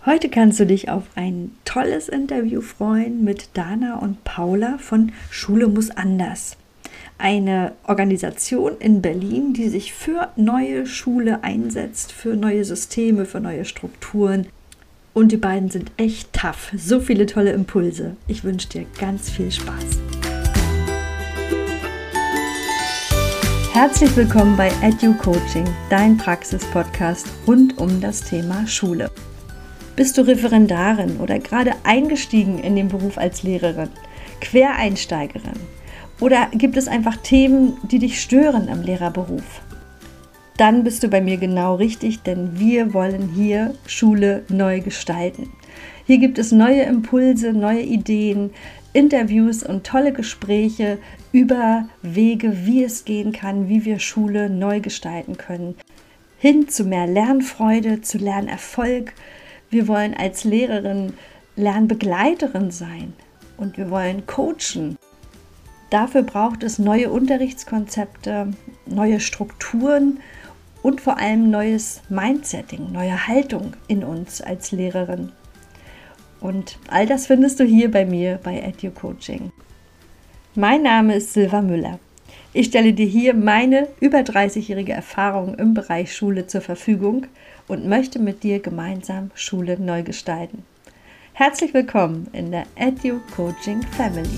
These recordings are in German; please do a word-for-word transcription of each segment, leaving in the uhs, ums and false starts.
Heute kannst du dich auf ein tolles Interview freuen mit Dana und Paula von Schule muss anders. Eine Organisation in Berlin, die sich für neue Schule einsetzt, für neue Systeme, für neue Strukturen. Und die beiden sind echt tough. So viele tolle Impulse. Ich wünsche dir ganz viel Spaß. Herzlich willkommen bei Edu Coaching, dein Praxis-Podcast rund um das Thema Schule. Bist du Referendarin oder gerade eingestiegen in den Beruf als Lehrerin, Quereinsteigerin? Oder gibt es einfach Themen, die dich stören im Lehrerberuf? Dann bist du bei mir genau richtig, denn wir wollen hier Schule neu gestalten. Hier gibt es neue Impulse, neue Ideen, Interviews und tolle Gespräche über Wege, wie es gehen kann, wie wir Schule neu gestalten können. Hin zu mehr Lernfreude, zu Lernerfolg. Wir wollen als Lehrerin Lernbegleiterin sein und wir wollen coachen. Dafür braucht es neue Unterrichtskonzepte, neue Strukturen und vor allem neues Mindsetting, neue Haltung in uns als Lehrerin. Und all das findest du hier bei mir bei Edu Coaching. Mein Name ist Silva Müller. Ich stelle dir hier meine über dreißigjährige Erfahrung im Bereich Schule zur Verfügung und möchte mit dir gemeinsam Schule neu gestalten. Herzlich willkommen in der Edu Coaching Family.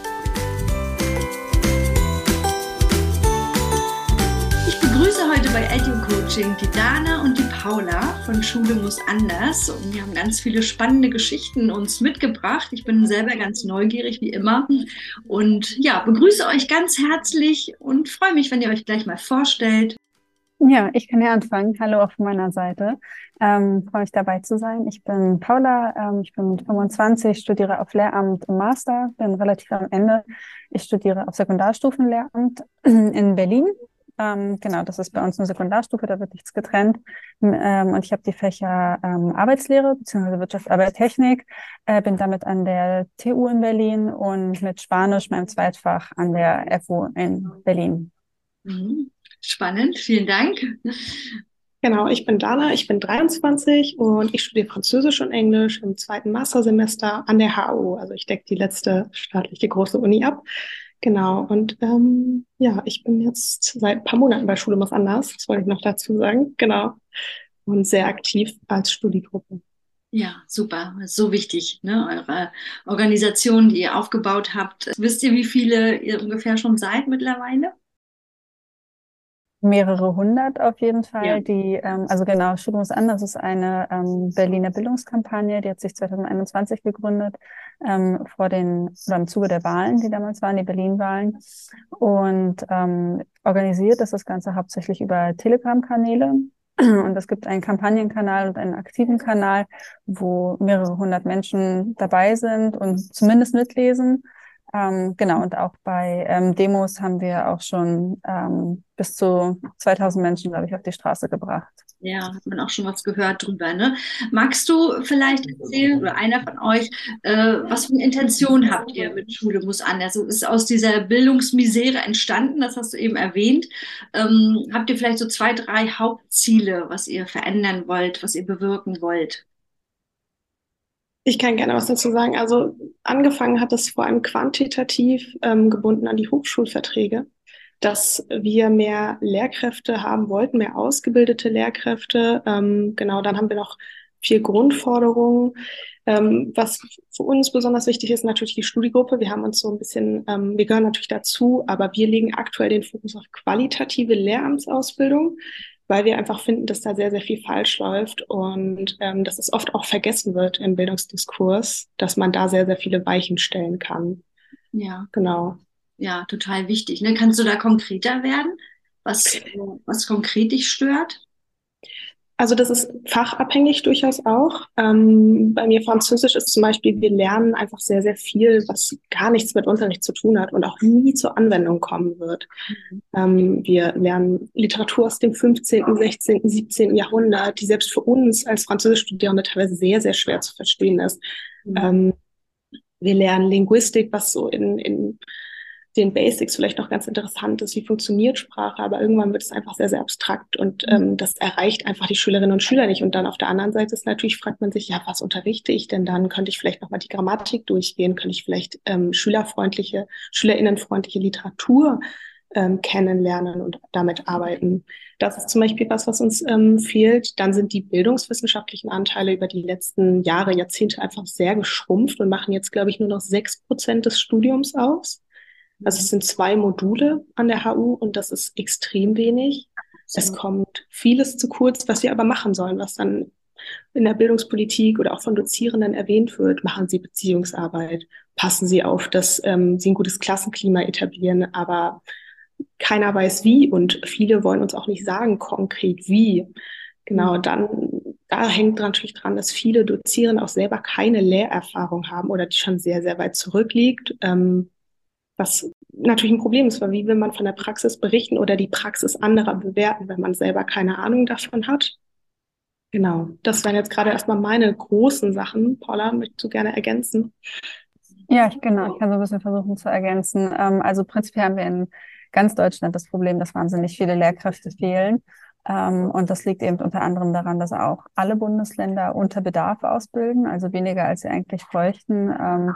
Ich begrüße heute bei Edu Coaching die Dana und die Paula von Schule muss anders und wir haben ganz viele spannende Geschichten uns mitgebracht. Ich bin selber ganz neugierig wie immer und ja, begrüße euch ganz herzlich und freue mich, wenn ihr euch gleich mal vorstellt. Ja, ich kann ja anfangen. Hallo auch von meiner Seite. Ähm, freue mich dabei zu sein. Ich bin Paula, ähm, ich bin fünfundzwanzig, studiere auf Lehramt im Master, bin relativ am Ende. Ich studiere auf Sekundarstufenlehramt in Berlin. Ähm, genau, das ist bei uns eine Sekundarstufe, da wird nichts getrennt. Ähm, und ich habe die Fächer ähm, Arbeitslehre bzw. Wirtschaft, Arbeit, Technik, äh, bin damit an der T U in Berlin und mit Spanisch, meinem Zweitfach, an der F U in Berlin. Spannend, vielen Dank. Genau, ich bin Dana, ich bin dreiundzwanzig und ich studiere Französisch und Englisch im zweiten Mastersemester an der H U. Also ich decke die letzte staatliche große Uni ab. Genau, und ähm, ja, ich bin jetzt seit ein paar Monaten bei Schule muss anders, das wollte ich noch dazu sagen. Genau, und sehr aktiv als Studiegruppe. Ja, super, so wichtig, ne? Eure Organisation, die ihr aufgebaut habt. Wisst ihr, wie viele ihr ungefähr schon seid mittlerweile? Mehrere hundert auf jeden Fall, Ja. die, ähm, also genau, Schule muss anders ist eine ähm, Berliner Bildungskampagne, die hat sich zwanzig einundzwanzig gegründet, ähm, vor den, oder im Zuge der Wahlen, die damals waren, die Berlin-Wahlen, und ähm, organisiert ist das Ganze hauptsächlich über Telegram-Kanäle. Und es gibt einen Kampagnenkanal und einen aktiven Kanal, wo mehrere hundert Menschen dabei sind und zumindest mitlesen. Ähm, genau, und auch bei ähm, Demos haben wir auch schon ähm, bis zu zweitausend Menschen, glaube ich, auf die Straße gebracht. Ja, hat man auch schon was gehört drüber, ne? Magst du vielleicht erzählen, oder einer von euch, äh, was für eine Intention habt ihr mit Schule muss anders? Also ist aus dieser Bildungsmisere entstanden, das hast du eben erwähnt. Ähm, habt ihr vielleicht so zwei, drei Hauptziele, was ihr verändern wollt, was ihr bewirken wollt? Ich kann gerne was dazu sagen. Also angefangen hat es vor allem quantitativ ähm, gebunden an die Hochschulverträge, dass wir mehr Lehrkräfte haben wollten, mehr ausgebildete Lehrkräfte. Ähm, genau, dann haben wir noch vier Grundforderungen. Ähm, was für uns besonders wichtig ist, natürlich die Studiegruppe. Wir haben uns so ein bisschen, ähm, wir gehören natürlich dazu, aber wir legen aktuell den Fokus auf qualitative Lehramtsausbildung, weil wir einfach finden, dass da sehr, sehr viel falsch läuft und ähm, dass es oft auch vergessen wird im Bildungsdiskurs, dass man da sehr, sehr viele Weichen stellen kann. Ja, Genau. ja, total wichtig, ne? Kannst du da konkreter werden, was, was konkret dich stört? Also das ist fachabhängig durchaus auch. Ähm, bei mir Französisch ist zum Beispiel, wir lernen einfach sehr, sehr viel, was gar nichts mit Unterricht zu tun hat und auch nie zur Anwendung kommen wird. Ähm, wir lernen Literatur aus dem fünfzehnten., sechzehnten., siebzehnten. Jahrhundert, die selbst für uns als Französischstudierende teilweise sehr, sehr schwer zu verstehen ist. Mhm. Ähm, wir lernen Linguistik, was so in, in den Basics vielleicht noch ganz interessant ist, wie funktioniert Sprache, aber irgendwann wird es einfach sehr, sehr abstrakt und ähm, das erreicht einfach die Schülerinnen und Schüler nicht. Und dann auf der anderen Seite ist natürlich, fragt man sich, ja, was unterrichte ich denn dann? Könnte ich vielleicht nochmal die Grammatik durchgehen? Könnte ich vielleicht ähm, schülerfreundliche, schülerinnenfreundliche Literatur ähm, kennenlernen und damit arbeiten? Das ist zum Beispiel was, was uns ähm, fehlt. Dann sind die bildungswissenschaftlichen Anteile über die letzten Jahre, Jahrzehnte einfach sehr geschrumpft und machen jetzt, glaube ich, nur noch sechs Prozent des Studiums aus. Also es sind zwei Module an der H U und das ist extrem wenig. Es kommt vieles zu kurz, was wir aber machen sollen, was dann in der Bildungspolitik oder auch von Dozierenden erwähnt wird. Machen Sie Beziehungsarbeit, passen Sie auf, dass ähm, Sie ein gutes Klassenklima etablieren, aber keiner weiß wie und viele wollen uns auch nicht sagen konkret wie. Genau, dann da hängt dran, natürlich dran, dass viele Dozierende auch selber keine Lehrerfahrung haben oder die schon sehr, sehr weit zurückliegt. Ähm, was natürlich ein Problem ist, weil wie will man von der Praxis berichten oder die Praxis anderer bewerten, wenn man selber keine Ahnung davon hat? Genau, das wären jetzt gerade erstmal meine großen Sachen. Paula, möchtest du gerne ergänzen? Ja, ich, genau. Ich kann so ein bisschen versuchen zu ergänzen. Ähm, also prinzipiell haben wir in ganz Deutschland das Problem, dass wahnsinnig viele Lehrkräfte fehlen. Ähm, und das liegt eben unter anderem daran, dass auch alle Bundesländer unter Bedarf ausbilden, also weniger als sie eigentlich bräuchten. Ähm,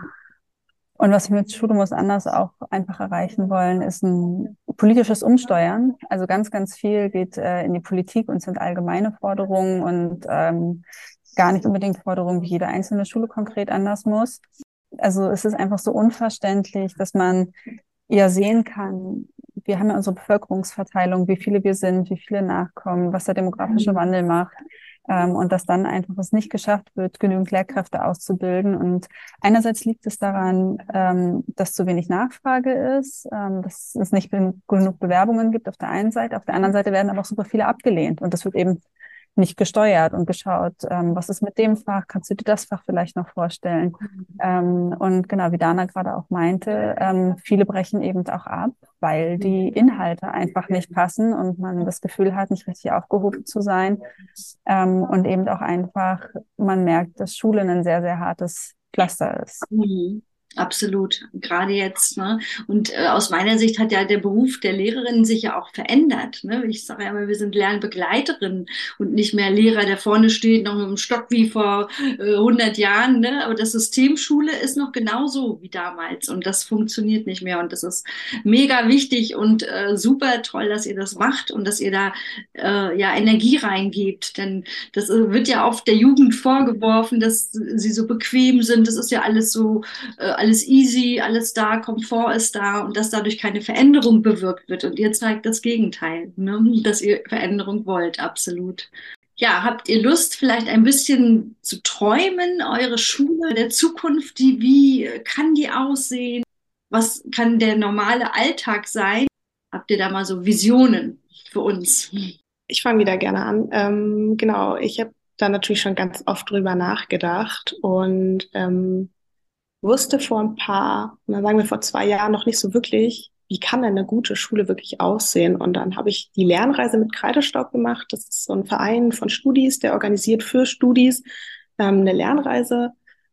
und was wir mit Schule muss anders auch einfach erreichen wollen, ist ein politisches Umsteuern. Also ganz, ganz viel geht äh, in die Politik und sind allgemeine Forderungen und ähm, gar nicht unbedingt Forderungen, wie jede einzelne Schule konkret anders muss. Also es ist einfach so unverständlich, dass man ja sehen kann, wir haben ja unsere Bevölkerungsverteilung, wie viele wir sind, wie viele nachkommen, was der demografische Wandel macht. Ähm, und dass dann einfach es nicht geschafft wird, genügend Lehrkräfte auszubilden. Und einerseits liegt es daran, ähm, dass zu wenig Nachfrage ist, ähm, dass es nicht genug Bewerbungen gibt auf der einen Seite. Auf der anderen Seite werden aber auch super viele abgelehnt. Und das wird eben nicht gesteuert und geschaut, ähm, was ist mit dem Fach, kannst du dir das Fach vielleicht noch vorstellen? Ähm, und genau, wie Dana gerade auch meinte, ähm, viele brechen eben auch ab, weil die Inhalte einfach nicht passen und man das Gefühl hat, nicht richtig aufgehoben zu sein. Ähm, und eben auch einfach, man merkt, dass Schule ein sehr, sehr hartes Pflaster ist. Mhm. Absolut, gerade jetzt. Ne? Und äh, aus meiner Sicht hat ja der Beruf der Lehrerin sich ja auch verändert. Ne? Ich sage ja immer, wir sind Lernbegleiterinnen und nicht mehr Lehrer, der vorne steht, noch mit dem Stock wie vor äh, hundert Jahren. Ne? Aber das System Schule ist noch genauso wie damals und das funktioniert nicht mehr. Und das ist mega wichtig und äh, super toll, dass ihr das macht und dass ihr da äh, ja Energie reingebt. Denn das äh, wird ja oft der Jugend vorgeworfen, dass sie so bequem sind. Das ist ja alles so äh, alles easy, alles da, Komfort ist da und dass dadurch keine Veränderung bewirkt wird. Und ihr zeigt das Gegenteil, ne? Dass ihr Veränderung wollt, absolut. Ja, habt ihr Lust, vielleicht ein bisschen zu träumen, eure Schule der Zukunft, die, wie kann die aussehen? Was kann der normale Alltag sein? Habt ihr da mal so Visionen für uns? Ich fange wieder gerne an. Ähm, genau, ich habe da natürlich schon ganz oft drüber nachgedacht und ähm, wusste vor ein paar, na sagen wir vor zwei Jahren noch nicht so wirklich, wie kann denn eine gute Schule wirklich aussehen? Und dann habe ich die Lernreise mit Kreidestaub gemacht. Das ist so ein Verein von Studis, der organisiert für Studis ähm, eine Lernreise,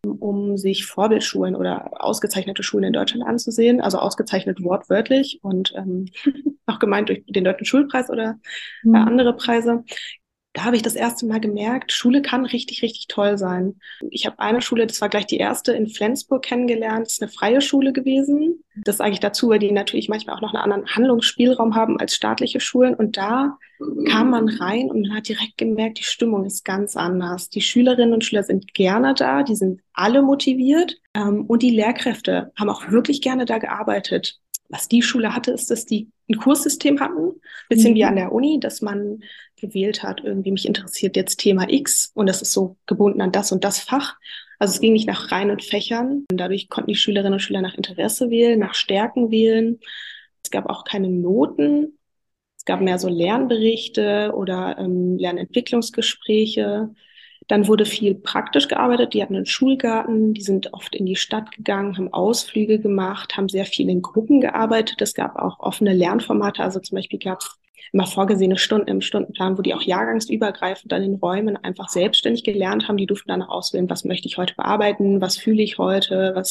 um sich Vorbildschulen oder ausgezeichnete Schulen in Deutschland anzusehen. Also ausgezeichnet wortwörtlich und ähm, auch gemeint durch den Deutschen Schulpreis oder äh, andere Preise. Da habe ich das erste Mal gemerkt, Schule kann richtig, richtig toll sein. Ich habe eine Schule, das war gleich die erste in Flensburg kennengelernt. Das ist eine freie Schule gewesen. Das sage ich dazu, weil die natürlich manchmal auch noch einen anderen Handlungsspielraum haben als staatliche Schulen. Und da kam man rein und man hat direkt gemerkt, die Stimmung ist ganz anders. Die Schülerinnen und Schüler sind gerne da, die sind alle motiviert. Ähm, und die Lehrkräfte haben auch wirklich gerne da gearbeitet. Was die Schule hatte, ist, dass die ein Kurssystem hatten, bisschen mhm. wie an der Uni, dass man gewählt hat, irgendwie mich interessiert jetzt Thema X und das ist so gebunden an das und das Fach. Also es ging nicht nach Reihen und Fächern. Und dadurch konnten die Schülerinnen und Schüler nach Interesse wählen, nach Stärken wählen. Es gab auch keine Noten. Es gab mehr so Lernberichte oder ähm, Lernentwicklungsgespräche. Dann wurde viel praktisch gearbeitet. Die hatten einen Schulgarten, die sind oft in die Stadt gegangen, haben Ausflüge gemacht, haben sehr viel in Gruppen gearbeitet. Es gab auch offene Lernformate. Also zum Beispiel gab es immer vorgesehene Stunden im Stundenplan, wo die auch jahrgangsübergreifend an den Räumen einfach selbstständig gelernt haben. Die durften dann auch auswählen, was möchte ich heute bearbeiten, was fühle ich heute, was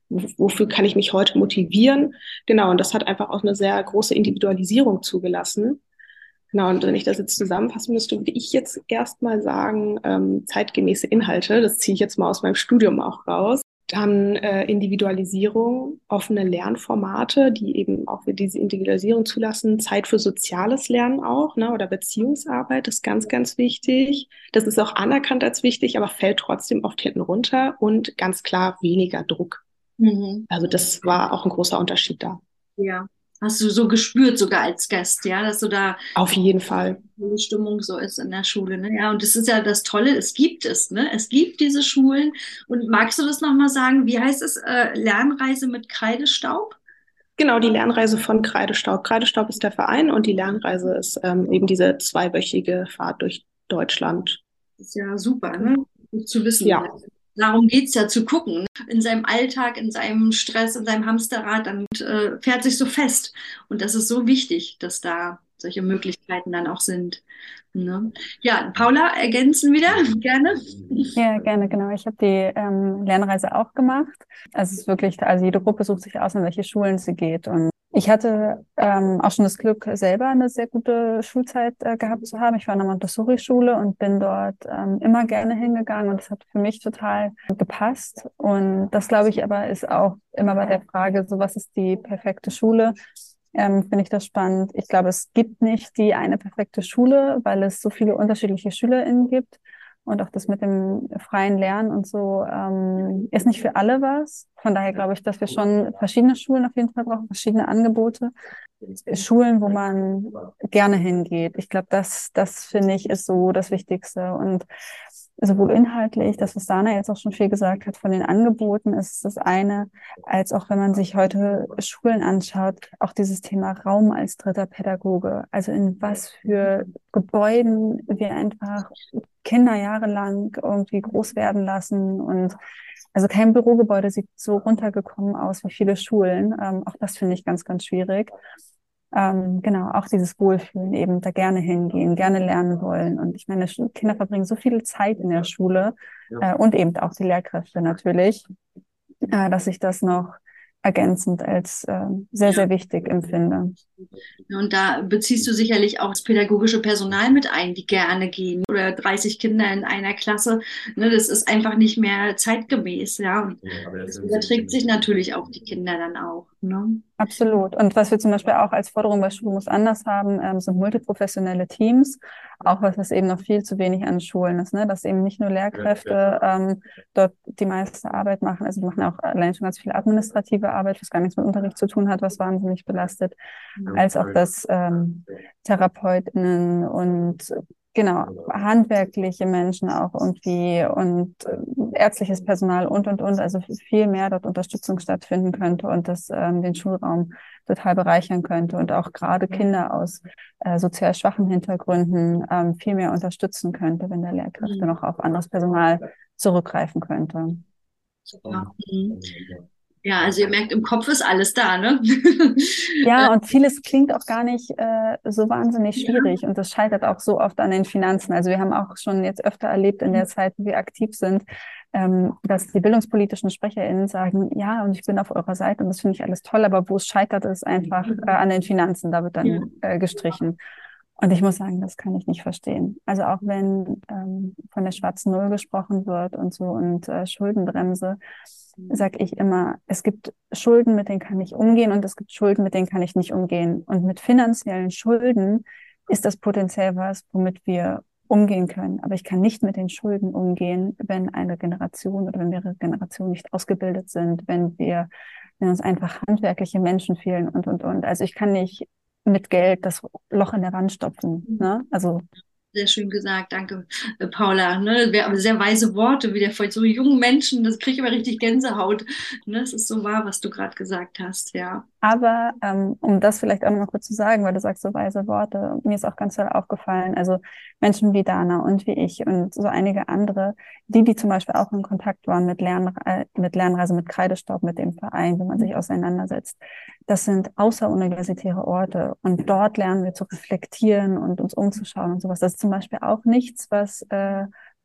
wofür kann ich mich heute motivieren? Genau, und das hat einfach auch eine sehr große Individualisierung zugelassen. Genau, und wenn ich das jetzt zusammenfassen müsste, würde ich jetzt erstmal sagen, ähm, zeitgemäße Inhalte, das ziehe ich jetzt mal aus meinem Studium auch raus. Dann äh, Individualisierung, offene Lernformate, die eben auch für diese Individualisierung zulassen. Zeit für soziales Lernen auch, ne, oder Beziehungsarbeit ist ganz, ganz wichtig. Das ist auch anerkannt als wichtig, aber fällt trotzdem oft hinten runter. Und ganz klar weniger Druck. Mhm. Also das war auch ein großer Unterschied da. Ja. Hast du so gespürt, sogar als Gast, ja, dass du da Auf jeden Fall. die Stimmung so ist in der Schule, ne? Ja, und das ist ja das Tolle, es gibt es, ne? Es gibt diese Schulen. Und magst du das nochmal sagen? Wie heißt es? Äh, Lernreise mit Kreidestaub? Genau, die Lernreise von Kreidestaub. Kreidestaub ist der Verein und die Lernreise ist ähm, eben diese zweiwöchige Fahrt durch Deutschland. Das ist ja super, ne? Gut zu wissen. Ja. Darum geht's ja, zu gucken, ne? In seinem Alltag, in seinem Stress, in seinem Hamsterrad, dann äh, fährt sich so fest. Und das ist so wichtig, dass da solche Möglichkeiten dann auch sind. Ne? Ja, Paula, ergänzen wieder, gerne. Ja, gerne, genau. Ich habe die ähm, Lernreise auch gemacht. Also es ist wirklich, also jede Gruppe sucht sich aus, in welche Schulen sie geht. Und ich hatte ähm, auch schon das Glück, selber eine sehr gute Schulzeit äh, gehabt zu haben. Ich war in einer Montessori-Schule und bin dort ähm, immer gerne hingegangen und es hat für mich total gepasst. Und das, glaube ich, aber ist auch immer bei der Frage, so was ist die perfekte Schule? Ähm, finde ich das spannend. Ich glaube, es gibt nicht die eine perfekte Schule, weil es so viele unterschiedliche SchülerInnen gibt. Und auch das mit dem freien Lernen und so ähm, ist nicht für alle was. Von daher glaube ich, dass wir schon verschiedene Schulen auf jeden Fall brauchen, verschiedene Angebote. Schulen, wo man gerne hingeht. Ich glaube, das, das finde ich, ist so das Wichtigste. Und sowohl inhaltlich, das, was Sana jetzt auch schon viel gesagt hat, von den Angeboten ist das eine, als auch wenn man sich heute Schulen anschaut, auch dieses Thema Raum als dritter Pädagoge. Also in was für Gebäuden wir einfach Kinder jahrelang irgendwie groß werden lassen und also kein Bürogebäude sieht so runtergekommen aus wie viele Schulen. Ähm, auch das finde ich ganz, ganz schwierig. Ähm, genau, auch dieses Wohlfühlen, eben da gerne hingehen, gerne lernen wollen. Und ich meine, Kinder verbringen so viel Zeit in der Schule äh, und eben auch die Lehrkräfte natürlich, äh, dass ich das noch ergänzend als äh, sehr, sehr wichtig empfinde. Und da beziehst du sicherlich auch das pädagogische Personal mit ein, die gerne gehen oder dreißig Kinder in einer Klasse. Ne, das ist einfach nicht mehr zeitgemäß, ja. Und das überträgt sich natürlich auf die Kinder dann auch. Ne? Absolut. Und was wir zum Beispiel auch als Forderung bei Schule muss anders haben, ähm, sind multiprofessionelle Teams. Auch was es eben noch viel zu wenig an Schulen ist, ne? Dass eben nicht nur Lehrkräfte ähm, dort die meiste Arbeit machen. Also die machen auch allein schon ganz viel administrative Arbeit, was gar nichts mit Unterricht zu tun hat, was wahnsinnig belastet, als auch das ähm, TherapeutInnen und genau, handwerkliche Menschen auch irgendwie und äh, ärztliches Personal und, und, und, also viel mehr dort Unterstützung stattfinden könnte und das ähm, den Schulraum total bereichern könnte und auch gerade Kinder aus äh, sozial schwachen Hintergründen ähm, viel mehr unterstützen könnte, wenn der Lehrkräfte noch auf anderes Personal zurückgreifen könnte. Super. Mhm. Ja, also ihr merkt, im Kopf ist alles da, ne? Ja, und vieles klingt auch gar nicht äh, so wahnsinnig schwierig und das scheitert auch so oft an den Finanzen. Also wir haben auch schon jetzt öfter erlebt in der Zeit, wo wir aktiv sind, ähm, dass die bildungspolitischen SprecherInnen sagen, ja, und ich bin auf eurer Seite und das finde ich alles toll, aber wo es scheitert, ist einfach äh, an den Finanzen, da wird dann äh, gestrichen. Und ich muss sagen, das kann ich nicht verstehen. Also auch wenn ähm, von der schwarzen Null gesprochen wird und so und äh, Schuldenbremse, sage ich immer, es gibt Schulden, mit denen kann ich umgehen und es gibt Schulden, mit denen kann ich nicht umgehen. Und mit finanziellen Schulden ist das potenziell was, womit wir umgehen können. Aber ich kann nicht mit den Schulden umgehen, wenn eine Generation oder wenn mehrere Generationen nicht ausgebildet sind, wenn wir, wenn uns einfach handwerkliche Menschen fehlen und, und, und. Also ich kann nicht mit Geld das Loch in der Wand stopfen, ne? Also Sehr schön gesagt, danke, äh, Paula. Ne? Sehr weise Worte, wieder von so jungen Menschen. Das kriege ich immer richtig Gänsehaut. Ne? Das ist so wahr, was du gerade gesagt hast, ja. Aber ähm, um das vielleicht auch noch mal kurz zu sagen, weil du sagst so weise Worte, mir ist auch ganz toll aufgefallen, also Menschen wie Dana und wie ich und so einige andere, die, die zum Beispiel auch in Kontakt waren mit, Lern, äh, mit Lernreise, mit Kreidestaub, mit dem Verein, wo man sich auseinandersetzt, das sind außeruniversitäre Orte und dort lernen wir zu reflektieren und uns umzuschauen und sowas. Das ist zum Beispiel auch nichts, was äh,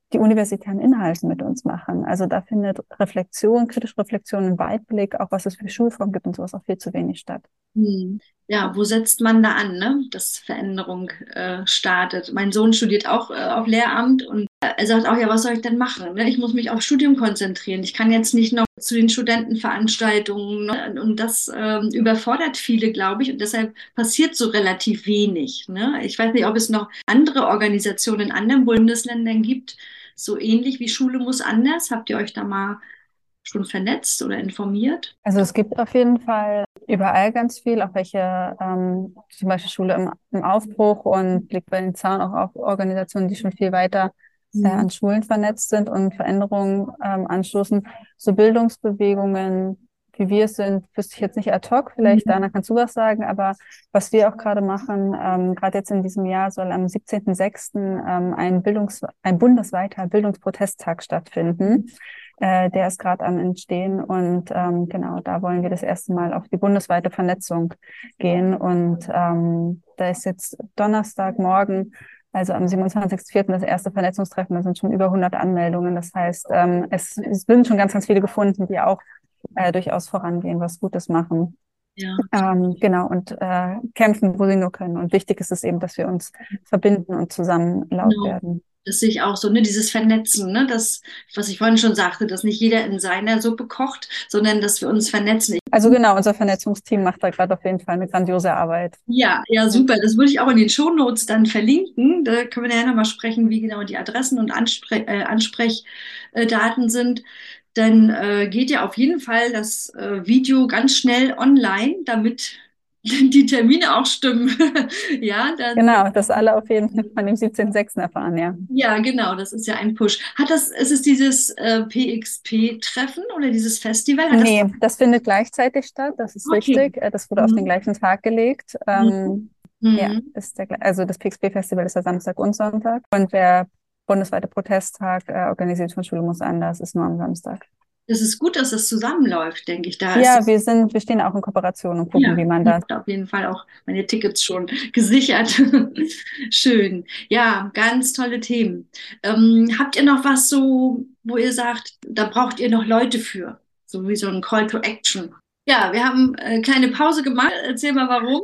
die universitären Inhalte mit uns machen. Also da findet Reflexion, kritische Reflexion, ein Weitblick, auch was es für Schulform gibt und sowas, auch viel zu wenig statt. Hm. Ja, wo setzt man da an, ne? Dass Veränderung äh, startet? Mein Sohn studiert auch äh, auf Lehramt und er sagt auch, ja, was soll ich denn machen? Ne? Ich muss mich aufs Studium konzentrieren. Ich kann jetzt nicht noch zu den Studentenveranstaltungen, ne? Und das ähm, überfordert viele, glaube ich, und deshalb passiert so relativ wenig. Ne? Ich weiß nicht, ob es noch andere Organisationen in anderen Bundesländern gibt, so ähnlich wie Schule muss anders. Habt ihr euch da mal schon vernetzt oder informiert? Also es gibt auf jeden Fall überall ganz viel, auch welche, ähm, zum Beispiel Schule im, im Aufbruch und Blick bei den Zaun, auch auf Organisationen, die schon viel weiter äh, an Schulen vernetzt sind und Veränderungen ähm, anstoßen. So Bildungsbewegungen, wie wir es sind, wüsste ich jetzt nicht ad hoc, vielleicht Dana kannst du was sagen, aber was wir auch gerade machen, ähm, gerade jetzt in diesem Jahr soll am siebzehnten sechsten Ähm, ein Bildungs-, ein bundesweiter Bildungsprotesttag stattfinden. Äh, der ist gerade am Entstehen und ähm, genau, da wollen wir das erste Mal auf die bundesweite Vernetzung gehen und ähm, da ist jetzt Donnerstagmorgen, also am siebenundzwanzigsten vierten das erste Vernetzungstreffen, da sind schon über hundert Anmeldungen, das heißt, ähm, es, es sind schon ganz, ganz viele gefunden, die auch äh, durchaus vorangehen, was Gutes machen. Ja. Ähm, genau, und äh, kämpfen, wo sie nur können. Und wichtig ist es eben, dass wir uns verbinden und zusammen laut Genau. werden. Das sehe ich auch so, ne, dieses Vernetzen, ne, das, was ich vorhin schon sagte, dass nicht jeder in seiner Suppe kocht, sondern dass wir uns vernetzen. Also genau, unser Vernetzungsteam macht da gerade auf jeden Fall eine grandiose Arbeit. Ja, ja, super. Das würde ich auch in den Shownotes dann verlinken. Da können wir ja nochmal sprechen, wie genau die Adressen und Anspre äh, Ansprechdaten sind. Dann äh, geht ja auf jeden Fall das äh, Video ganz schnell online, damit die Termine auch stimmen. Ja, dann, Genau, dass alle auf jeden Fall von dem siebzehnten sechsten erfahren, ja. ja, genau, das ist ja ein Push. Hat das, ist es dieses äh, P X P-Treffen oder dieses Festival? Hat Nee, das, das findet gleichzeitig statt, das ist okay. richtig. Äh, Das wurde auf den gleichen Tag gelegt. Ähm, Mhm. ja, ist der, gle- also das P X P-Festival ist ja Samstag und Sonntag. Und der bundesweite Protesttag, äh, organisiert von Schule muss anders, ist nur am Samstag. Das ist gut, dass das zusammenläuft, denke ich. Da ist Ja, das, wir sind, wir stehen auch in Kooperation und gucken, ja, wie man ich das. habe auf jeden Fall auch meine Tickets schon gesichert. Schön. Ja, ganz tolle Themen. Ähm, habt ihr noch was so, wo ihr sagt, da braucht ihr noch Leute für? So wie so ein Call to Action. Ja, wir haben eine kleine Pause gemacht. Erzähl mal warum.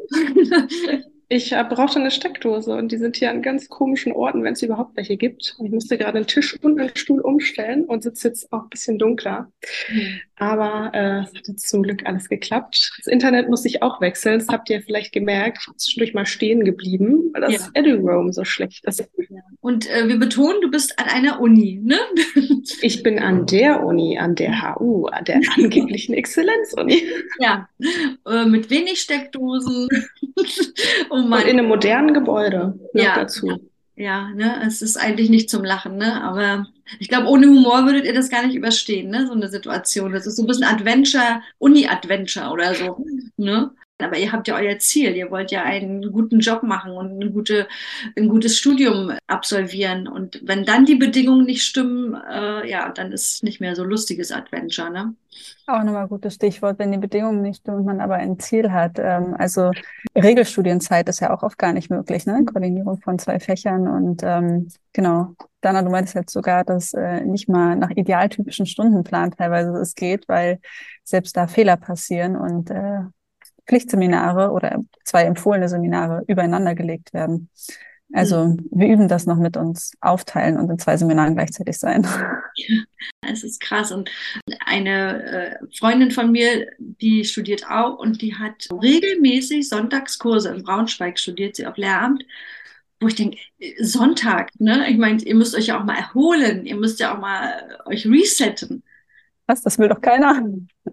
Ich äh, brauchte eine Steckdose und die sind hier an ganz komischen Orten, wenn es überhaupt welche gibt. Und ich musste gerade einen Tisch und einen Stuhl umstellen und sitze jetzt auch ein bisschen dunkler. Aber äh, es hat jetzt zum Glück alles geklappt. Das Internet musste ich auch wechseln. Das habt ihr vielleicht gemerkt. Ich bin zwischendurch mal stehen geblieben, weil das Ja. EduRoam so schlecht ist. Und äh, wir betonen, du bist an einer Uni, ne? Ich bin an der Uni, an der H U, an der angeblichen Exzellenzuni. Ja, äh, mit wenig Steckdosen. Oh Und Mann. in einem modernen Gebäude noch Ja, dazu. ja, ne, es ist eigentlich nicht zum Lachen, ne? Aber ich glaube, ohne Humor würdet ihr das gar nicht überstehen, ne? So eine Situation. Das ist so ein bisschen Adventure, Uni-Adventure oder so, ne? Aber ihr habt ja euer Ziel. Ihr wollt ja einen guten Job machen und eine gute, ein gutes Studium absolvieren. Und wenn dann die Bedingungen nicht stimmen, äh, ja, dann ist es nicht mehr so lustiges Adventure, ne? Auch nochmal gutes Stichwort, wenn die Bedingungen nicht stimmen und man aber ein Ziel hat. Ähm, also Regelstudienzeit ist ja auch oft gar nicht möglich, ne? Koordinierung von zwei Fächern und ähm, genau. Dana, du meintest jetzt sogar, dass äh, nicht mal nach idealtypischen Stundenplan teilweise es geht, weil selbst da Fehler passieren und äh, Pflichtseminare oder zwei empfohlene Seminare übereinander gelegt werden. Also wir üben das noch mit uns aufteilen und in zwei Seminaren gleichzeitig sein. Es ist krass. Und eine äh, Freundin von mir, die studiert auch und die hat regelmäßig Sonntagskurse in Braunschweig, studiert sie auf Lehramt, wo ich denke, Sonntag, ne? Ich meine, ihr müsst euch ja auch mal erholen, ihr müsst ja auch mal euch resetten. Was? Das will doch keiner.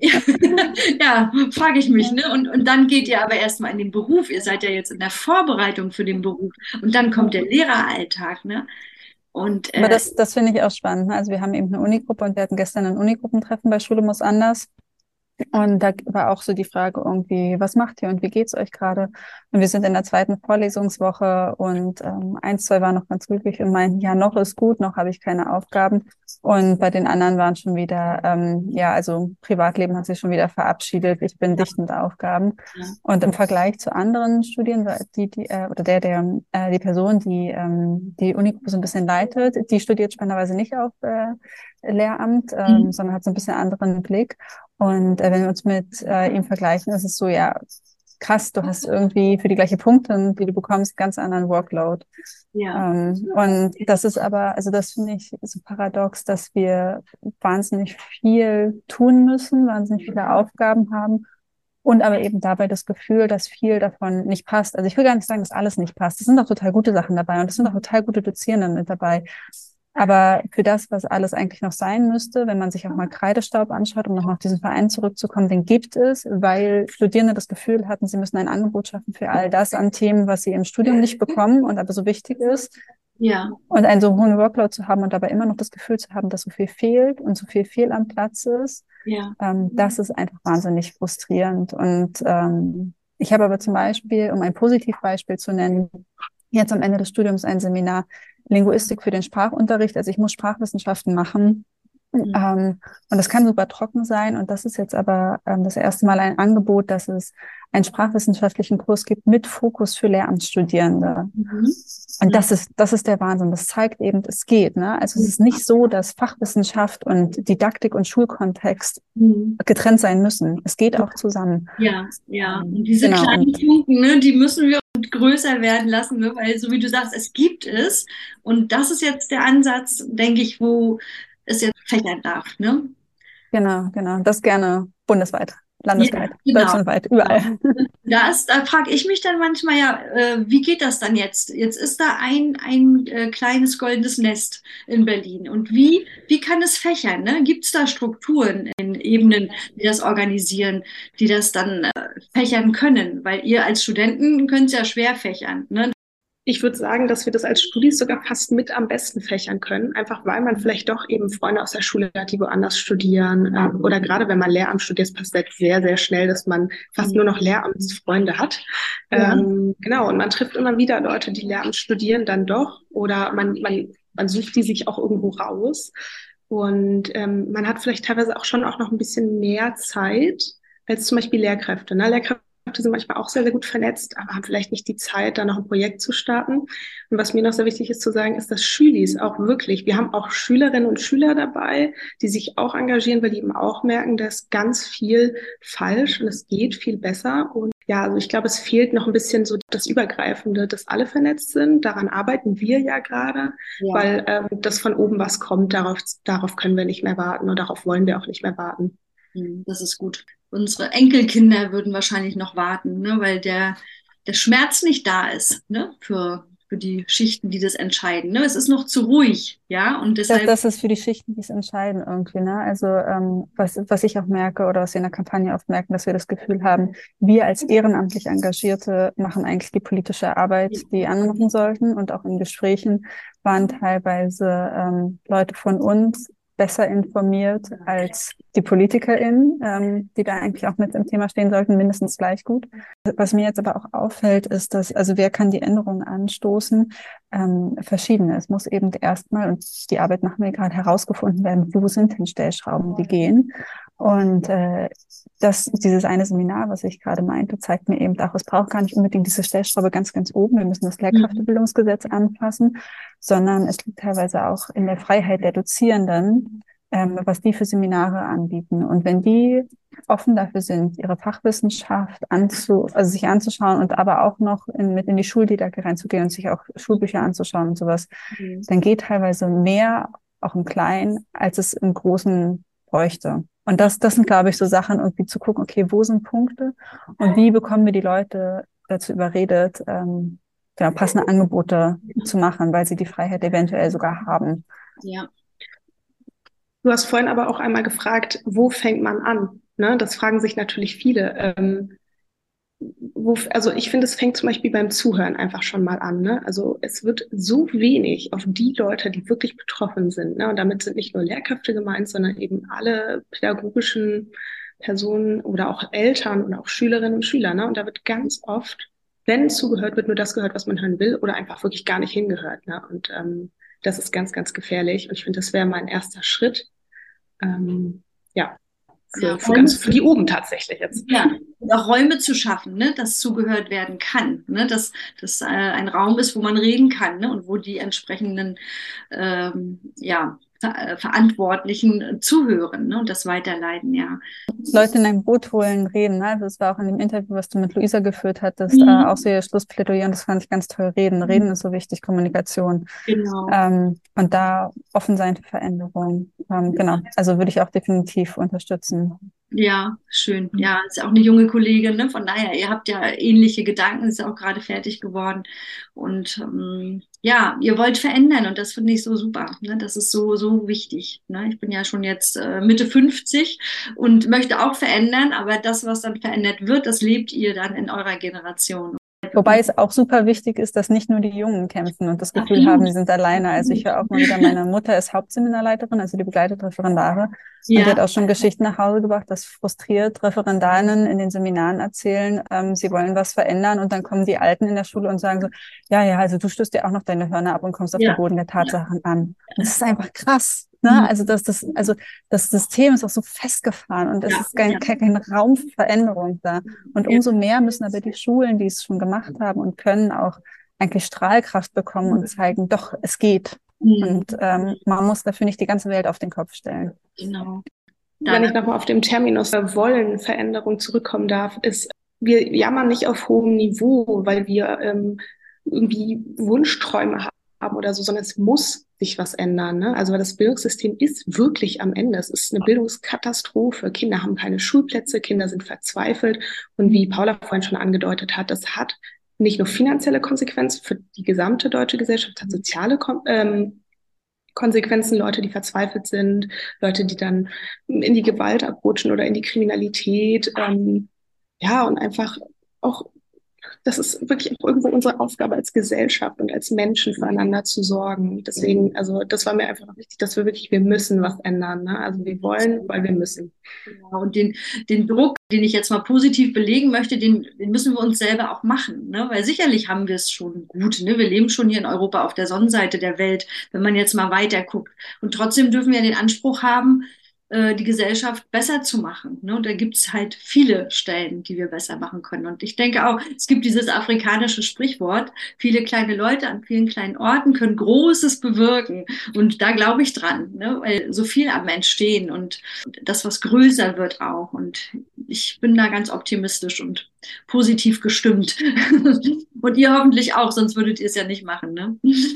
Ja, frage ich mich, ne? Und, und dann geht ihr aber erstmal in den Beruf. Ihr seid ja jetzt in der Vorbereitung für den Beruf. Und dann kommt der Lehreralltag, ne? Und Aber äh, das, das finde ich auch spannend. Ne? Also wir haben eben eine Unigruppe und wir hatten gestern ein Unigruppentreffen bei Schule muss anders. Und da war auch so die Frage irgendwie, was macht ihr und wie geht's euch gerade? Und wir sind in der zweiten Vorlesungswoche und ähm, eins, zwei waren noch ganz glücklich und meinten, ja, noch ist gut, noch habe ich keine Aufgaben. Und bei den anderen waren schon wieder, ähm, ja, also Privatleben hat sich schon wieder verabschiedet. Ich bin Ja. dicht mit Aufgaben. Ja. Und im Vergleich zu anderen Studien, die, die, äh, oder der, der, äh, die Person, die ähm, die Unigruppe so ein bisschen leitet, die studiert spannenderweise nicht auf äh, Lehramt, ähm, Mhm. sondern hat so ein bisschen einen anderen Blick. Und äh, wenn wir uns mit äh, ihm vergleichen, ist es so, ja, krass, du hast irgendwie für die gleiche Punkte, die du bekommst, ganz anderen Workload. Ja. Ähm, und das ist aber, also das finde ich so paradox, dass wir wahnsinnig viel tun müssen, wahnsinnig viele Aufgaben haben und aber eben dabei das Gefühl, dass viel davon nicht passt. Also ich will gar nicht sagen, dass alles nicht passt. Es sind auch total gute Sachen dabei und es sind auch total gute Dozierende mit dabei. Aber für das, was alles eigentlich noch sein müsste, wenn man sich auch mal Kreidestaub anschaut, um nochmal auf diesen Verein zurückzukommen, den gibt es, weil Studierende das Gefühl hatten, sie müssen ein Angebot schaffen für all das an Themen, was sie im Studium nicht bekommen und aber so wichtig ist. Ja. Und einen so hohen Workload zu haben und dabei immer noch das Gefühl zu haben, dass so viel fehlt und so viel fehl am Platz ist, Ja. ähm, das ist einfach wahnsinnig frustrierend. Und ähm, ich habe aber zum Beispiel, um ein Positivbeispiel zu nennen, jetzt am Ende des Studiums ein Seminar Linguistik für den Sprachunterricht. Also ich muss Sprachwissenschaften machen. Mhm. Ähm, und das kann super trocken sein. Und das ist jetzt aber ähm, das erste Mal ein Angebot, dass es einen sprachwissenschaftlichen Kurs gibt mit Fokus für Lehramtsstudierende. Mhm. Und das ist, das ist der Wahnsinn. Das zeigt eben, es geht, ne? Also es ist nicht so, dass Fachwissenschaft und Didaktik und Schulkontext Mhm. getrennt sein müssen. Es geht auch zusammen. Ja, ja. Ähm, Und diese genau. kleinen Und Funken, ne, die müssen wir größer werden lassen, ne, weil so wie du sagst, es gibt es. Und das ist jetzt der Ansatz, denke ich, wo es jetzt fächern darf, ne? genau, genau. Das gerne bundesweit, landesweit, Ja, genau. deutschlandweit, überall. Das, da frage ich mich dann manchmal ja, äh, wie geht das dann jetzt? Jetzt ist da ein, ein äh, kleines goldenes Nest in Berlin. Und wie, wie kann es fächern? Ne? Gibt es da Strukturen in Ebenen, die das organisieren, die das dann äh, fächern können? Weil ihr als Studenten könnt es ja schwer fächern. Ne? Ich würde sagen, dass wir das als Studis sogar fast mit am besten fächern können, einfach weil man vielleicht doch eben Freunde aus der Schule hat, die woanders studieren. Ähm, oder gerade wenn man Lehramt studiert, passiert sehr, sehr schnell, dass man fast nur noch Lehramtsfreunde hat. Ja. Ähm, genau, und man trifft immer wieder Leute, die Lehramt studieren, dann doch. Oder man, man, man sucht die sich auch irgendwo raus. Und ähm, man hat vielleicht teilweise auch schon auch noch ein bisschen mehr Zeit als zum Beispiel Lehrkräfte. Ne? Lehrkräfte sind manchmal auch sehr, sehr gut vernetzt, aber haben vielleicht nicht die Zeit, da noch ein Projekt zu starten. Und was mir noch sehr wichtig ist zu sagen, ist, dass Schülis auch wirklich, wir haben auch Schülerinnen und Schüler dabei, die sich auch engagieren, weil die eben auch merken, da ist ganz viel falsch und es geht viel besser. Und ja, also ich glaube, es fehlt noch ein bisschen so das Übergreifende, dass alle vernetzt sind. Daran arbeiten wir ja gerade, Ja. weil ähm, das von oben was kommt, darauf, darauf können wir nicht mehr warten und darauf wollen wir auch nicht mehr warten. Das ist gut. Unsere Enkelkinder würden wahrscheinlich noch warten, ne, weil der, der Schmerz nicht da ist, ne, für, für die Schichten, die das entscheiden. Ne? Es ist noch zu ruhig, ja, und Das, deshalb. das ist für die Schichten, die es entscheiden irgendwie, ne? Also ähm, was, was ich auch merke oder was wir in der Kampagne oft merken, dass wir das Gefühl haben, wir als ehrenamtlich Engagierte machen eigentlich die politische Arbeit, die andere machen sollten. Und auch in Gesprächen waren teilweise ähm, Leute von uns besser informiert als die PolitikerInnen, ähm, die da eigentlich auch mit im Thema stehen sollten, mindestens gleich gut. Was mir jetzt aber auch auffällt, ist, dass, also wer kann die Änderungen anstoßen? Ähm, verschiedene. Es muss eben erstmal, und die Arbeit machen wir gerade, herausgefunden werden, wo sind denn Stellschrauben, die gehen. Und äh, das, dieses eine Seminar, was ich gerade meinte, zeigt mir eben auch, es braucht gar nicht unbedingt diese Stellschraube ganz, ganz oben. Wir müssen das Lehrkräftebildungsgesetz anpassen, sondern es liegt teilweise auch in der Freiheit der Dozierenden, ähm, was die für Seminare anbieten. Und wenn die offen dafür sind, ihre Fachwissenschaft anzu, also sich anzuschauen und aber auch noch in, mit in die Schuldidaktik reinzugehen und sich auch Schulbücher anzuschauen und sowas, Mhm. dann geht teilweise mehr, auch im Kleinen, als es im Großen bräuchte. Und das, das sind, glaube ich, so Sachen, irgendwie zu gucken, okay, wo sind Punkte und wie bekommen wir die Leute dazu überredet, ähm, genau, passende Angebote zu machen, weil sie die Freiheit eventuell sogar haben. Ja. Du hast vorhin aber auch einmal gefragt, wo fängt man an? Ne? Das fragen sich natürlich viele. Ähm, wo, also ich finde, es fängt zum Beispiel beim Zuhören einfach schon mal an. Ne? Also es wird so wenig auf die Leute, die wirklich betroffen sind. Ne? Und damit sind nicht nur Lehrkräfte gemeint, sondern eben alle pädagogischen Personen oder auch Eltern oder auch Schülerinnen und Schüler, ne? Und da wird ganz oft, wenn zugehört wird, nur das gehört, was man hören will oder einfach wirklich gar nicht hingehört, ne? Und ähm, das ist ganz, ganz gefährlich. Und ich finde, das wäre mein erster Schritt. Ähm, ja, Ja, für, für ganz, für die oben tatsächlich jetzt. Ja, und auch Räume zu schaffen, ne, dass zugehört werden kann, ne, dass das äh, ein Raum ist, wo man reden kann, ne, und wo die entsprechenden ähm, ja, Ver äh, Verantwortlichen zuhören, ne, und das weiterleiten, ja. Leute in ein Boot holen, reden. Ne? Also es war auch in dem Interview, was du mit Luisa geführt hattest, Mhm. äh, auch so ihr Schlussplädoyer und das fand ich ganz toll. Reden. Reden ist so wichtig, Kommunikation. Genau. Ähm, und da offen sein für Veränderungen. Ähm, genau. Also würde ich auch definitiv unterstützen. Ja, schön. Ja, ist ja auch eine junge Kollegin, ne? Von daher, ihr habt ja ähnliche Gedanken, ist ja auch gerade fertig geworden. Und ähm, ja, ihr wollt verändern und das finde ich so super. Ne? Das ist so, so wichtig. Ne? Ich bin ja schon jetzt äh, Mitte fünfzig und möchte auch verändern, aber das, was dann verändert wird, das lebt ihr dann in eurer Generation. Wobei es auch super wichtig ist, dass nicht nur die Jungen kämpfen und das Gefühl Absolut. haben, sie sind alleine. Also ich höre auch mal wieder, meine Mutter ist Hauptseminarleiterin, also die begleitet Referendare. Und Ja. die hat auch schon Geschichten nach Hause gebracht, dass frustriert Referendarinnen in den Seminaren erzählen, ähm, sie wollen was verändern und dann kommen die Alten in der Schule und sagen so, ja, ja, also du stößt dir auch noch deine Hörner ab und kommst auf Ja. den Boden der Tatsachen an. Und das ist einfach krass. Ne? Also das, das, also das System ist auch so festgefahren und es Ja. ist kein, kein, kein Raum für Veränderung da. Und umso mehr müssen aber die Schulen, die es schon gemacht haben und können, auch eigentlich Strahlkraft bekommen und zeigen, doch, es geht. Mhm. Und ähm, man muss dafür nicht die ganze Welt auf den Kopf stellen. Genau. Wenn ich nochmal auf dem Terminus wollen Veränderung zurückkommen darf, ist, wir jammern nicht auf hohem Niveau, weil wir ähm, irgendwie Wunschträume haben oder so, sondern es muss sich was ändern. Ne? Also weil das Bildungssystem ist wirklich am Ende. Es ist eine Bildungskatastrophe. Kinder haben keine Schulplätze, Kinder sind verzweifelt. Und wie Paula vorhin schon angedeutet hat, das hat nicht nur finanzielle Konsequenzen für die gesamte deutsche Gesellschaft, hat soziale ähm, Konsequenzen, Leute, die verzweifelt sind, Leute, die dann in die Gewalt abrutschen oder in die Kriminalität. Ähm, ja, und einfach auch, das ist wirklich auch irgendwo unsere Aufgabe als Gesellschaft und als Menschen füreinander zu sorgen. Deswegen, also das war mir einfach noch wichtig, dass wir wirklich, wir müssen was ändern. Ne? Also wir wollen, weil wir müssen. Genau. Und den, den Druck, den ich jetzt mal positiv belegen möchte, den, den müssen wir uns selber auch machen. Ne? Weil sicherlich haben wir es schon gut. Ne? Wir leben schon hier in Europa auf der Sonnenseite der Welt, wenn man jetzt mal weiter guckt. Und trotzdem dürfen wir den Anspruch haben, die Gesellschaft besser zu machen. Ne? Und da gibt es halt viele Stellen, die wir besser machen können. Und ich denke auch, es gibt dieses afrikanische Sprichwort, viele kleine Leute an vielen kleinen Orten können Großes bewirken. Und da glaube ich dran, ne? Weil so viel am Entstehen und das, was größer wird auch. Und ich bin da ganz optimistisch und positiv gestimmt. Und ihr hoffentlich auch, sonst würdet ihr es ja nicht machen. Ne?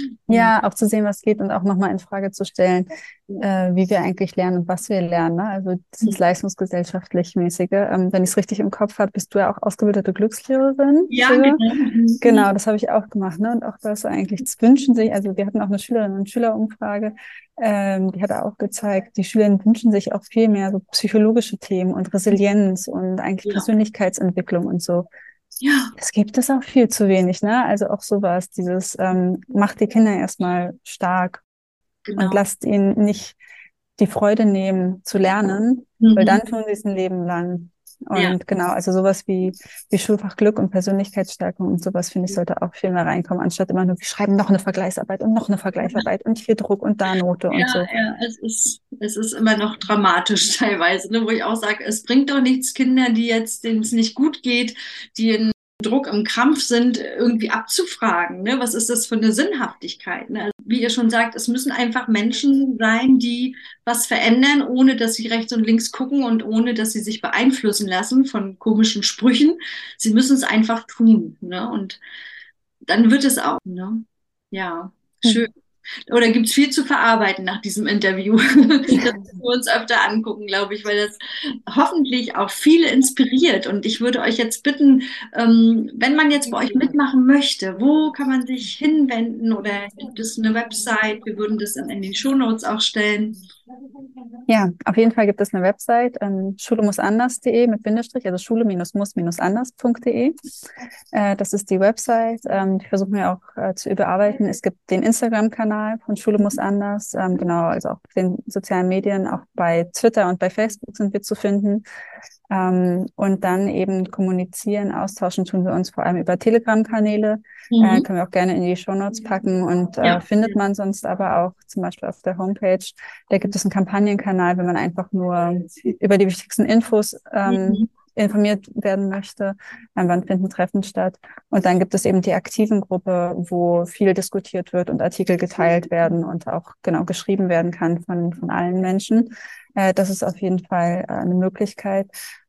Ja, auch zu sehen, was geht und auch nochmal in Frage zu stellen, äh, wie wir eigentlich lernen und was wir lernen. Ne? Also dieses leistungsgesellschaftlich mäßige. Ähm, wenn ich es richtig im Kopf habe, bist du ja auch ausgebildete Glückslehrerin. Ja, früher. genau. Genau, das habe ich auch gemacht. Ne? Und auch das eigentlich, das wünschen sich, also wir hatten auch eine Schülerinnen- und Schülerumfrage, ähm, die hat auch gezeigt, die Schülerinnen wünschen sich auch viel mehr so psychologische Themen und Resilienz und eigentlich Ja. Persönlichkeitsentwicklung und so. Ja. Es gibt es auch viel zu wenig, ne? Also auch sowas, dieses ähm, macht die Kinder erstmal stark Genau. und lasst ihnen nicht die Freude nehmen zu lernen, Mhm. weil dann tun sie es ein Leben lang. Und Ja. genau, also sowas wie, wie Schulfach Glück und Persönlichkeitsstärkung und sowas, finde ich, sollte auch viel mehr reinkommen, anstatt immer nur, wir schreiben noch eine Vergleichsarbeit und noch eine Vergleichsarbeit und hier Druck und da Note und Ja, so. ja, es ist, es ist immer noch dramatisch teilweise, ne, wo ich auch sage, es bringt doch nichts, Kinder, die jetzt, denen es nicht gut geht, die in Druck, im Krampf sind, irgendwie abzufragen. Ne? Was ist das für eine Sinnhaftigkeit? Ne? Also, wie ihr schon sagt, es müssen einfach Menschen sein, die was verändern, ohne dass sie rechts und links gucken und ohne dass sie sich beeinflussen lassen von komischen Sprüchen. Sie müssen es einfach tun. Ne? Und dann wird es auch. Ne? Ja, schön. Oder gibt es viel zu verarbeiten nach diesem Interview? Das müssen wir uns öfter angucken, glaube ich, weil das hoffentlich auch viele inspiriert. Und ich würde euch jetzt bitten, ähm, wenn man jetzt bei euch mitmachen möchte, wo kann man sich hinwenden oder gibt es eine Website? Wir würden das in, in die Shownotes auch stellen. Ja, auf jeden Fall gibt es eine Website, ähm, schule muss anders punkt de mit Bindestrich, also schule-muss-anders punkt de. Äh, das ist die Website. Ähm, die versuchen wir auch äh, zu überarbeiten. Es gibt den Instagram-Kanal von Schule muss anders. Ähm, genau, also auch auf den sozialen Medien, auch bei Twitter und bei Facebook sind wir zu finden. Ähm, und dann eben kommunizieren, austauschen tun wir uns vor allem über Telegram-Kanäle. Mhm. Äh, können wir auch gerne in die Shownotes packen und äh, Ja. findet man sonst aber auch zum Beispiel auf der Homepage. Da gibt es einen Kampagnenkanal, wenn man einfach nur über die wichtigsten Infos ähm, Mhm. informiert werden möchte. Ähm, wann finden Treffen statt? Und dann gibt es eben die aktiven Gruppe, wo viel diskutiert wird und Artikel geteilt werden und auch genau geschrieben werden kann von, von allen Menschen. Äh, das ist auf jeden Fall äh, eine Möglichkeit.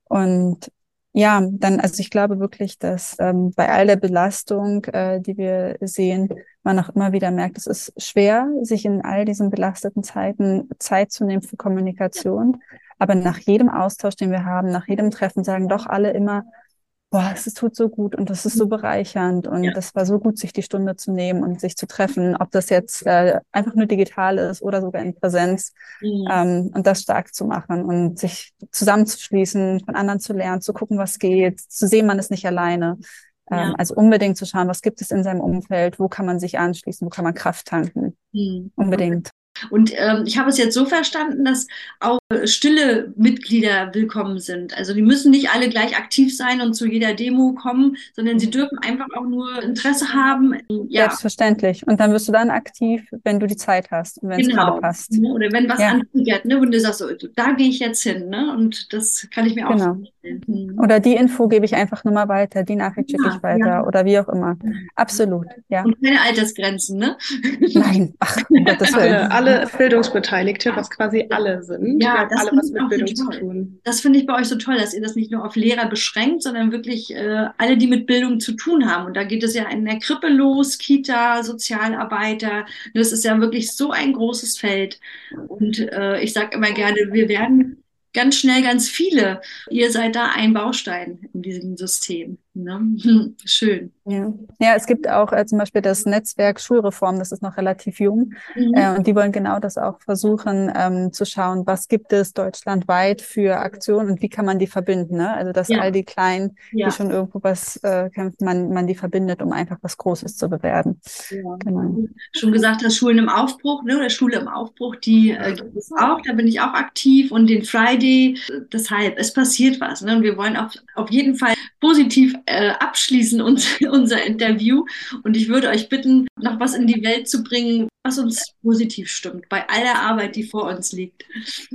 Und ja, dann, also ich glaube wirklich, dass ähm, bei all der Belastung, äh, die wir sehen, man auch immer wieder merkt, es ist schwer, sich in all diesen belasteten Zeiten Zeit zu nehmen für Kommunikation. Aber nach jedem Austausch, den wir haben, nach jedem Treffen, sagen doch alle immer, boah, es tut so gut und das ist so bereichernd und Ja. das war so gut, sich die Stunde zu nehmen und sich zu treffen, ob das jetzt äh, einfach nur digital ist oder sogar in Präsenz, Mhm. ähm, und das stark zu machen und sich zusammenzuschließen, von anderen zu lernen, zu gucken, was geht, zu sehen, man ist nicht alleine. Ja. Ähm, also unbedingt zu schauen, was gibt es in seinem Umfeld, wo kann man sich anschließen, wo kann man Kraft tanken. Mhm. Unbedingt. Und ähm, ich habe es jetzt so verstanden, dass auch äh, stille Mitglieder willkommen sind. Also die müssen nicht alle gleich aktiv sein und zu jeder Demo kommen, sondern sie dürfen einfach auch nur Interesse haben. Ja, Selbstverständlich. Und dann wirst du dann aktiv, wenn du die Zeit hast und wenn es gerade genau. passt. Ne? Oder wenn was Ja. antriggert, ne? Und du sagst so, da gehe ich jetzt hin, ne? Und das kann ich mir auch Genau. vorstellen. Mhm. Oder die Info gebe ich einfach nur mal weiter, die Nachricht schicke Ja, ich weiter ja. oder wie auch immer. Absolut, ja. Und keine Altersgrenzen, ne? Nein, ach, um Gottes Willen. Alle, alle Bildungsbeteiligte, was quasi alle sind. Wir Ja, haben das alle finde was ich mit auch so Bildung zu toll. tun. Das finde ich bei euch so toll, dass ihr das nicht nur auf Lehrer beschränkt, sondern wirklich äh, alle, die mit Bildung zu tun haben. Und da geht es ja in der Krippe los, Kita, Sozialarbeiter. Das ist ja wirklich so ein großes Feld. Und äh, ich sage immer gerne, wir werden ganz schnell ganz viele. Ihr seid da ein Baustein in diesem System. Ne? Schön. Ja. Ja, es gibt auch äh, zum Beispiel das Netzwerk Schulreform, das ist noch relativ jung. Mhm. Äh, und die wollen genau das auch versuchen, ähm, zu schauen, was gibt es deutschlandweit für Aktionen und wie kann man die verbinden. Ne? Also, dass Ja. all die Kleinen, Ja. die schon irgendwo was äh, kämpfen, man, man die verbindet, um einfach was Großes zu bewerben. Ja. Genau. Schon gesagt hast, Schulen im Aufbruch, ne, oder Schule im Aufbruch, die äh, gibt es auch, da bin ich auch aktiv und den Friday, deshalb, es passiert was, ne, und wir wollen auf, auf jeden Fall positiv äh, abschließen uns, unser Interview und ich würde euch bitten, noch was in die Welt zu bringen, was uns positiv stimmt, bei aller Arbeit, die vor uns liegt.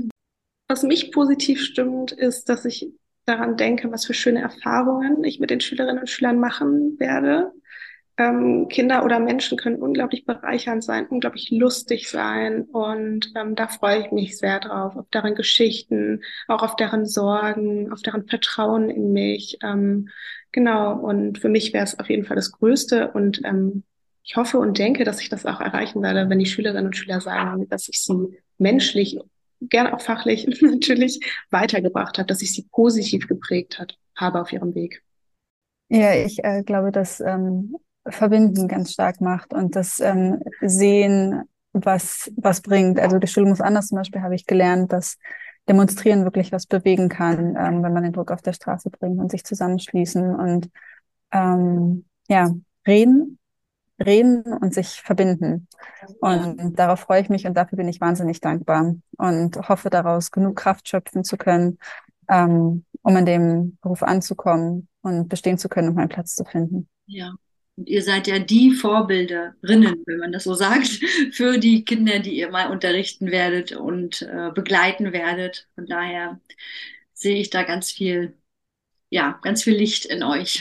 Was mich positiv stimmt, ist, dass ich daran denke, was für schöne Erfahrungen ich mit den Schülerinnen und Schülern machen werde. Ähm, Kinder oder Menschen können unglaublich bereichernd sein, unglaublich lustig sein und ähm, da freue ich mich sehr drauf, auf deren Geschichten, auch auf deren Sorgen, auf deren Vertrauen in mich. Ähm, genau, und für mich wäre es auf jeden Fall das Größte und ähm, ich hoffe und denke, dass ich das auch erreichen werde, wenn die Schülerinnen und Schüler sagen, dass ich sie menschlich, gerne auch fachlich natürlich weitergebracht habe, dass ich sie positiv geprägt hat, habe auf ihrem Weg. Ja, ich äh, glaube, dass ähm, Verbinden ganz stark macht und das ähm, Sehen, was, was bringt. Also die Schule muss anders zum Beispiel, habe ich gelernt, dass Demonstrieren wirklich was bewegen kann, ähm, wenn man den Druck auf der Straße bringt und sich zusammenschließen und ähm, ja, reden, reden und sich verbinden. Und darauf freue ich mich und dafür bin ich wahnsinnig dankbar und hoffe daraus genug Kraft schöpfen zu können, ähm, um in dem Beruf anzukommen und bestehen zu können und meinen Platz zu finden. Ja. Und ihr seid ja die Vorbilderinnen, wenn man das so sagt, für die Kinder, die ihr mal unterrichten werdet und äh, begleiten werdet. Von daher sehe ich da ganz viel, ja, ganz viel Licht in euch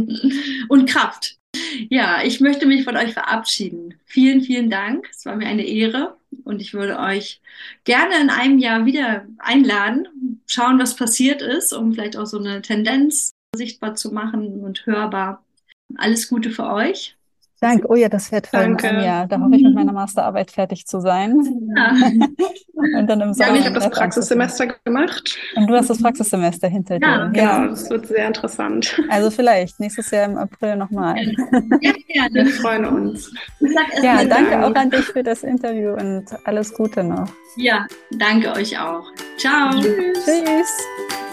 und Kraft. Ja, ich möchte mich von euch verabschieden. Vielen, vielen Dank. Es war mir eine Ehre und ich würde euch gerne in einem Jahr wieder einladen, schauen, was passiert ist, um vielleicht auch so eine Tendenz sichtbar zu machen und hörbar. Alles Gute für euch. Danke. Oh ja, das wird voll in Danke. einem Jahr. Da hoffe ich, mit meiner Masterarbeit fertig zu sein. Ja. Und dann im Ja, Sommer. ich habe das in F eins zu sein. Praxissemester gemacht. Und du hast das Praxissemester hinter Ja, dir. Genau, das wird sehr interessant. Also vielleicht nächstes Jahr im April nochmal. Ja, gerne. Wir freuen uns. Ich sag erst Ja, mal danke Dank. auch an dich für das Interview und alles Gute noch. Ja, danke euch auch. Ciao. Tschüss.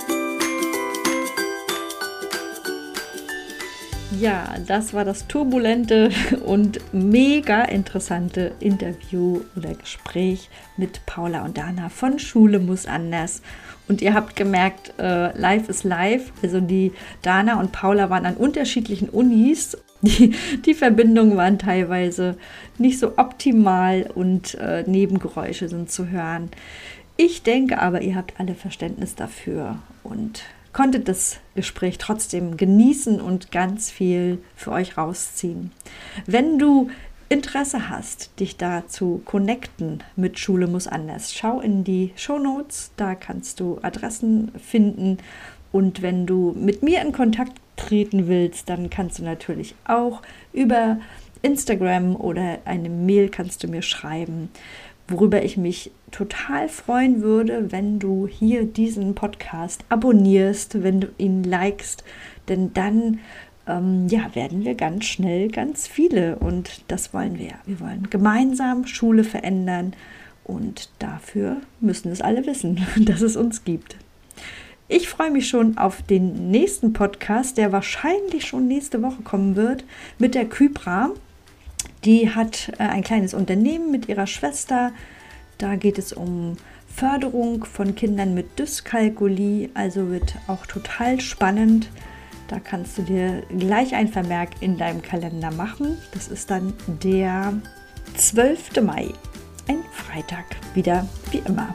Ja, das war das turbulente und mega interessante Interview oder Gespräch mit Paula und Dana von Schule muss anders. Und ihr habt gemerkt, äh, live ist live. Also die Dana und Paula waren an unterschiedlichen Unis. Die, die Verbindungen waren teilweise nicht so optimal und äh, Nebengeräusche sind zu hören. Ich denke aber, ihr habt alle Verständnis dafür und konntet das Gespräch trotzdem genießen und ganz viel für euch rausziehen. Wenn du Interesse hast, dich da zu connecten mit Schule muss anders, schau in die Shownotes, da kannst du Adressen finden. Und wenn du mit mir in Kontakt treten willst, dann kannst du natürlich auch über Instagram oder eine Mail kannst du mir schreiben, worüber ich mich total freuen würde, wenn du hier diesen Podcast abonnierst, wenn du ihn likest, denn dann ähm, ja, werden wir ganz schnell ganz viele und das wollen wir. Wir wollen gemeinsam Schule verändern und dafür müssen es alle wissen, dass es uns gibt. Ich freue mich schon auf den nächsten Podcast, der wahrscheinlich schon nächste Woche kommen wird, mit der Kybra. Die hat äh, ein kleines Unternehmen mit ihrer Schwester. Da geht es um Förderung von Kindern mit Dyskalkulie. Also wird auch total spannend. Da kannst du dir gleich ein Vermerk in deinem Kalender machen. Das ist dann der zwölfte Mai, ein Freitag, wieder wie immer.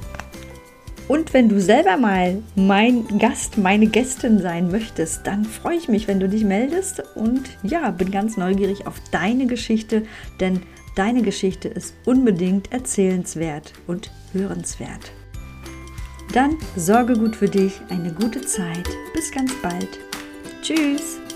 Und wenn du selber mal mein Gast, meine Gästin sein möchtest, dann freue ich mich, wenn du dich meldest und ja, bin ganz neugierig auf deine Geschichte, denn deine Geschichte ist unbedingt erzählenswert und hörenswert. Dann sorge gut für dich, eine gute Zeit, bis ganz bald. Tschüss!